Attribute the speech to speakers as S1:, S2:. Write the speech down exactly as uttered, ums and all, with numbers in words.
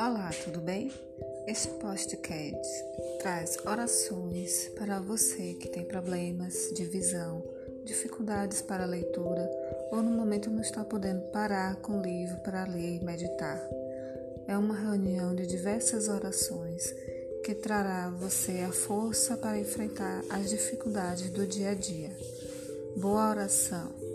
S1: Olá, tudo bem? Este podcast traz orações para você que tem problemas de visão, dificuldades para a leitura ou no momento não está podendo parar com o livro para ler e meditar. É uma reunião de diversas orações que trará a você a força para enfrentar as dificuldades do dia a dia. Boa oração!